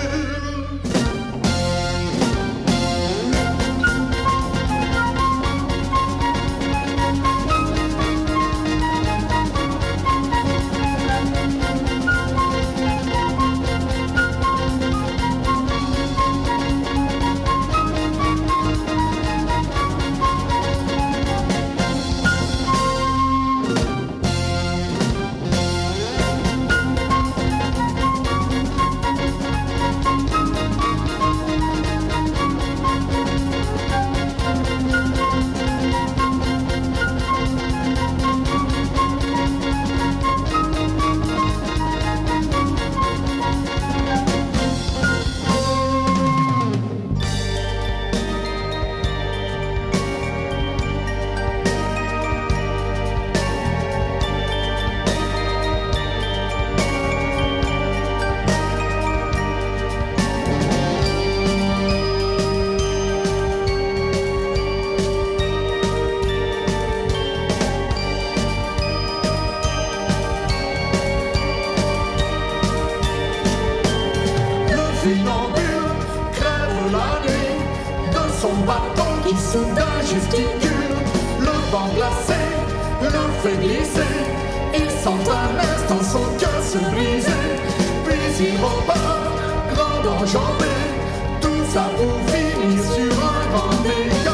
Funambule crève la nuit de son bâton qui soudain gesticule. Le vent glacé le fait glisser. Il sent un instant son cœur se briser. Puis il repart, grand enjambé. Tout ça pour finir sur un grand dégât.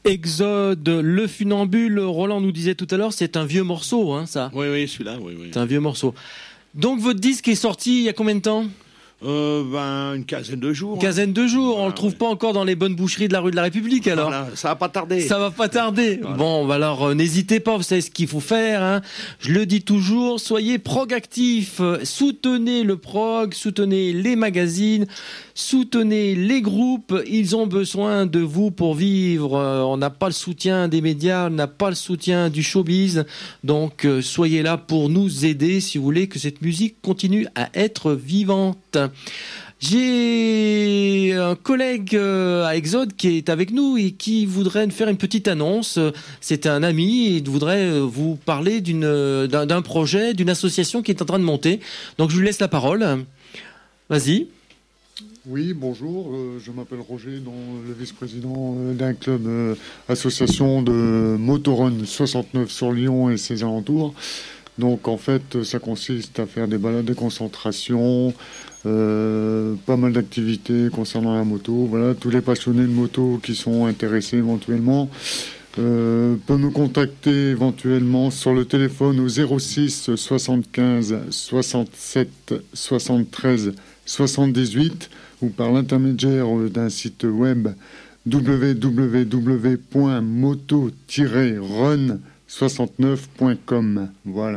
Exode, le funambule, Roland nous disait tout à l'heure, c'est un vieux morceau, hein, ça. Oui, oui, celui-là, oui, oui. C'est un vieux morceau. Donc votre disque est sorti il y a combien de temps ? Euh, ben, une quinzaine de jours. Une quinzaine de jours, on Ah, le trouve ouais. pas encore dans les bonnes boucheries de la rue de la République alors. Voilà, ça va pas tarder. Ça va pas tarder. Voilà. Bon, bah alors euh, n'hésitez pas, vous savez ce qu'il faut faire. Hein. Je le dis toujours, soyez prog-actifs, euh, soutenez le prog, soutenez les magazines, soutenez les groupes. Ils ont besoin de vous pour vivre. Euh, on n'a pas le soutien des médias, on n'a pas le soutien du showbiz. Donc euh, soyez là pour nous aider si vous voulez que cette musique continue à être vivante. J'ai un collègue euh, à Exode qui est avec nous et qui voudrait faire une petite annonce. C'est un ami et il voudrait euh, vous parler d'une, euh, d'un, d'un projet, d'une association qui est en train de monter. Donc je lui laisse la parole. Vas-y. Oui, bonjour, euh, je m'appelle Roger, donc, le vice-président euh, d'un club euh, association de Motorun soixante-neuf sur Lyon et ses alentours. Donc en fait, ça consiste à faire des balades de concentration, euh, pas mal d'activités concernant la moto. Voilà, tous les passionnés de moto qui sont intéressés éventuellement euh, peuvent nous contacter éventuellement sur le téléphone au zéro six soixante-quinze soixante-sept soixante-treize soixante-dix-huit ou par l'intermédiaire d'un site web w w w point moto tiret run soixante-neuf point com. Voilà.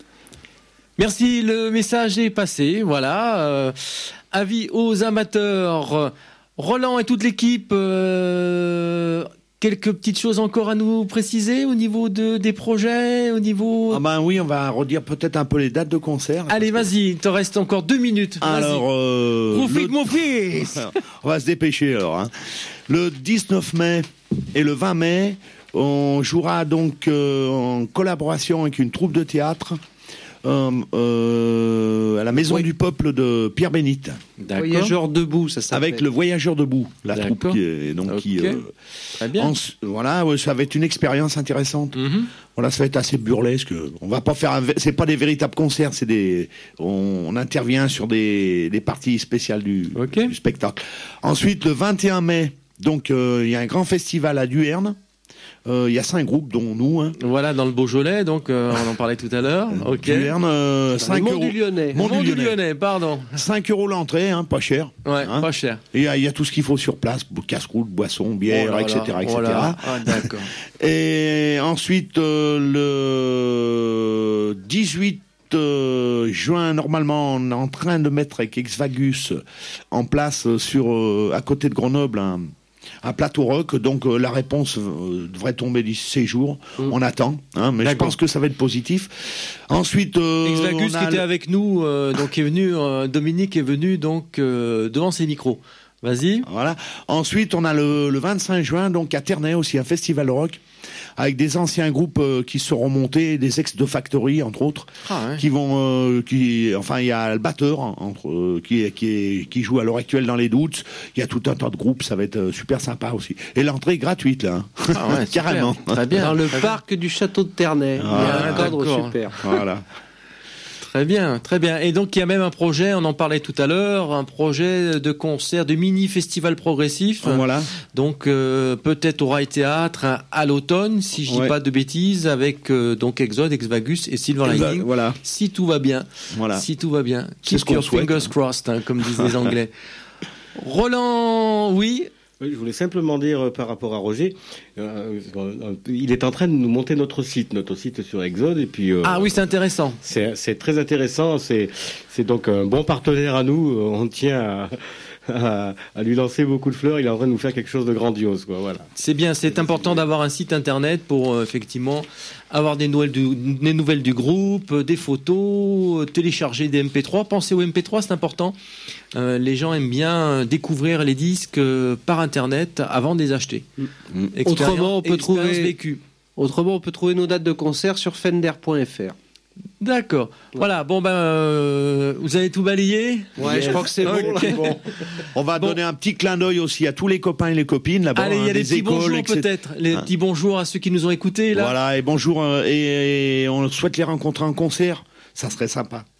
Merci, le message est passé. Voilà. Euh, avis aux amateurs. Roland et toute l'équipe, euh, quelques petites choses encore à nous préciser au niveau de, des projets, au niveau... Ah ben oui, on va redire peut-être un peu les dates de concert. Allez, vas-y, il te reste encore deux minutes. Alors, euh, profite le- mon fils. on va se dépêcher alors. Hein. Le dix-neuf mai et le vingt mai, on jouera donc euh, en collaboration avec une troupe de théâtre euh, euh, à la Maison Oui. du Peuple de Pierre Bénite, D'accord. Voyageur debout, ça s'appelle. avec le Voyageur debout, la D'accord. troupe qui est donc qui, Ok. euh, Très bien. en- voilà, ouais, ça va être une expérience intéressante. Mhm. Voilà, ça va être assez burlesque. On va pas faire, un vé- c'est pas des véritables concerts, c'est des, on, on intervient sur des, des parties spéciales du, Ok. du spectacle. Ensuite, le vingt et un mai, donc euh, il y a un grand festival à Duerne. Euh, Il y a cinq groupes, dont nous. Hein. Voilà, dans le Beaujolais, donc euh, on en parlait tout à l'heure. Ok. Duerne, euh, Dans le cinq Mont euros. du Lyonnais. Mont Mont du du Lyonnais. Lyonnais, pardon. cinq euros l'entrée, hein, pas cher. Ouais, Hein. pas cher. Et il y, a- il y a tout ce qu'il faut sur place, casse-croûte, boissons, bière, Oh là et cetera, là, et cetera. oh là. Ah, d'accord. Et ensuite, euh, le dix-huit euh, juin, normalement, on est en train de mettre avec Exvagus en place euh, sur, euh, à côté de Grenoble un, un plateau rock. Donc euh, la réponse euh, devrait tomber d'ici ces jours. Mm. On attend, hein, mais je D'accord. pense que ça va être positif. Ensuite, euh, Exvagus on a qui était le- avec nous, euh, donc est venu, euh, Dominique est venu donc euh, devant ses micros. Vas-y. Voilà. Ensuite, on a le, le vingt-cinq juin, donc à Ternay aussi, un festival rock avec des anciens groupes euh, qui seront montés, des ex de Factory entre autres, Ah ouais. qui vont, euh, qui, enfin, il y a le batteur hein, entre, euh, qui, est- qui, est, qui joue à l'heure actuelle dans les doutes. Il y a tout un tas de groupes, ça va être euh, super sympa aussi. Et l'entrée est gratuite là, hein. Ah ouais, super. Carrément. Très bien. Dans le Très bien. parc du château de Ternay. Il y Ah, a un cadre d'accord. super. Voilà. Très bien, très bien. Et donc il y a même un projet, on en parlait tout à l'heure, un projet de concert, de mini festival progressif. Voilà. Donc euh, peut-être au Rail Théâtre hein, à l'automne, si je dis Ouais. pas de bêtises, avec euh, donc Exode, Exvagus et Silver Et bah, Lining. voilà. Si tout va bien, Voilà. si tout va bien, C'est keep ce qu'on your souhaite, fingers hein. crossed, hein, comme disent les Anglais. Roland, oui. Oui, je voulais simplement dire euh, par rapport à Roger, euh, euh, il est en train de nous monter notre site, notre site sur Exode, et puis euh, Ah oui, c'est intéressant. c'est c'est très intéressant. C'est c'est donc un bon partenaire à nous. euh, On tient à, à, à lui lancer beaucoup de fleurs. Il est en train de nous faire quelque chose de grandiose, quoi. Voilà. C'est bien, c'est important d'avoir un site internet pour euh, effectivement avoir des nouvelles, du, des nouvelles du groupe, euh, des photos, euh, télécharger des M P trois. Pensez aux M P trois, c'est important. Euh, les gens aiment bien euh, découvrir les disques euh, par internet avant de les acheter. Mm. Expérience- Autrement, on peut expérience trouver- vécue. Autrement, on peut trouver nos dates de concert sur fender point f r. D'accord. Voilà, bon ben, euh, vous avez tout balayé. Ouais, je crois que c'est bon. Ok. là. Bon. On va Bon. donner un petit clin d'œil aussi à tous les copains et les copines là-bas. Allez, il y a hein, des des petits écoles, bonjours et cetera. peut-être, les Hein. petits bonjours à ceux qui nous ont écoutés là. Voilà, et bonjour, euh, et, et on souhaite les rencontrer en concert. Ça serait sympa.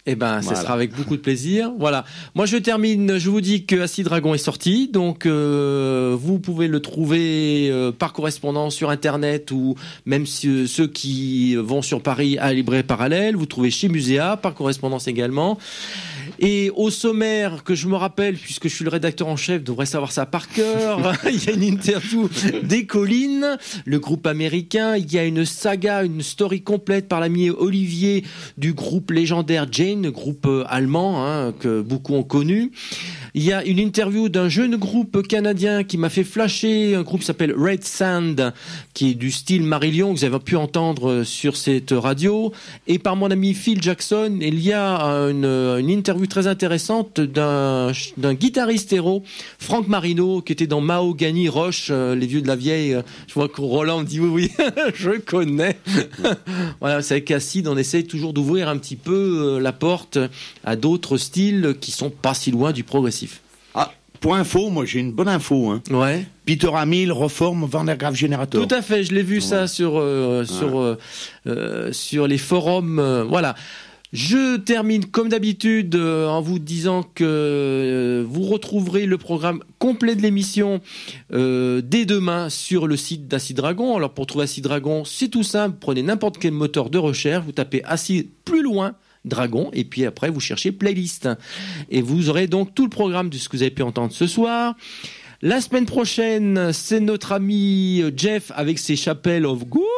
Eh ben, ce Voilà. sera avec beaucoup de plaisir. Voilà. Moi, je termine. Je vous dis que Acid Dragon est sorti, donc euh, vous pouvez le trouver euh, par correspondance sur Internet ou même si, ceux qui vont sur Paris à la librairie Parallèle, vous trouvez chez Muséa par correspondance également. Et au sommaire, que je me rappelle, puisque je suis le rédacteur en chef, devrais savoir ça par cœur. Il y a une interview des Collines, le groupe américain. Il y a une saga, une story complète par l'ami Olivier du groupe légendaire Jane, groupe euh, allemand hein, que beaucoup ont connu. Il y a une interview d'un jeune groupe canadien qui m'a fait flasher, un groupe qui s'appelle Red Sand, qui est du style Marillion, que vous avez pu entendre sur cette radio. Et par mon ami Phil Jackson, il y a une, une interview très intéressante d'un, d'un guitariste héros, Franck Marino, qui était dans Mahogany Roche, euh, les vieux de la vieille. Je vois que Roland me dit oui, oui, je connais. Voilà, c'est avec Acid, on essaye toujours d'ouvrir un petit peu euh, la porte à d'autres styles qui sont pas si loin du progressif. Ah, pour info, moi j'ai une bonne info. Hein. Ouais. Peter Hamill reforme Van der Graaf Generator. Tout à fait, je l'ai vu ça sur euh, sur euh, euh, sur les forums. euh, voilà. Je termine comme d'habitude euh, en vous disant que euh, vous retrouverez le programme complet de l'émission euh, dès demain sur le site d'Acid Dragon. Alors pour trouver Acid Dragon, c'est tout simple. Prenez n'importe quel moteur de recherche, vous tapez Acid plus loin Dragon et puis après vous cherchez playlist et vous aurez donc tout le programme de ce que vous avez pu entendre ce soir. La semaine prochaine, c'est notre ami Jeff avec ses Chapel of Gould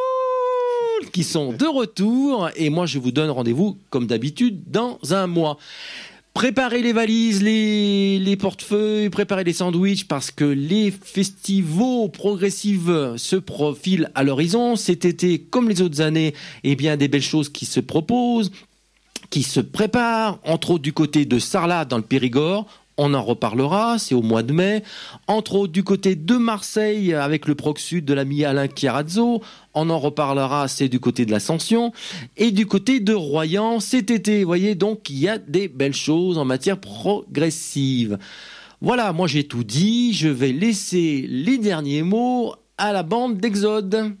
qui sont de retour et moi je vous donne rendez-vous comme d'habitude dans un mois. Préparez les valises, les, les portefeuilles, préparez les sandwichs parce que les festivals progressifs se profilent à l'horizon. Cet été, comme les autres années, eh bien des belles choses qui se proposent, qui se préparent, entre autres du côté de Sarlat dans le Périgord. On en reparlera, c'est au mois de mai. Entre autres, du côté de Marseille, avec le Proc Sud de l'ami Alain Chiarazzo. On en reparlera, c'est du côté de l'Ascension. Et du côté de Royan, cet été. Vous voyez, donc, il y a des belles choses en matière progressive. Voilà, moi j'ai tout dit. Je vais laisser les derniers mots à la bande d'Exode.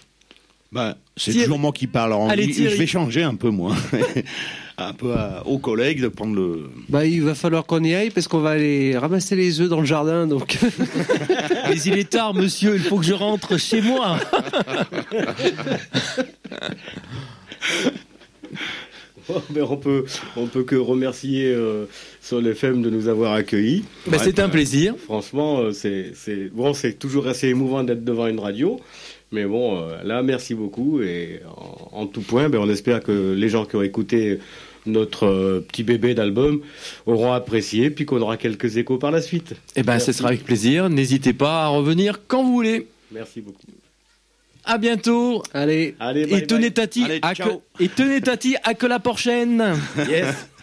Ben, c'est Thierry. toujours moi qui parle. Alors, Allez, je Thierry. vais changer un peu, moi. un peu à- aux collègues de prendre le... Bah, il va falloir qu'on y aille parce qu'on va aller ramasser les œufs dans le jardin. Donc, Mais il est tard, monsieur, il faut que je rentre chez moi. Bon, ben, on peut, on peut que remercier euh, Sol F M de nous avoir accueillis. Ben, c'est un plaisir. Franchement, euh, c'est, c'est, bon, c'est toujours assez émouvant d'être devant une radio. Mais bon, euh, là, merci beaucoup. Et en, en tout point, ben, on espère que les gens qui ont écouté notre euh, petit bébé d'album auront apprécié, puis qu'on aura quelques échos par la suite. Eh ben, ce Merci. sera avec plaisir. N'hésitez pas à revenir quand vous voulez. Merci beaucoup. À bientôt. allez. Allez, bye Et tenez bye. Tati, Allez, à ciao. que, et tenez Tati à que la prochaine. Yes.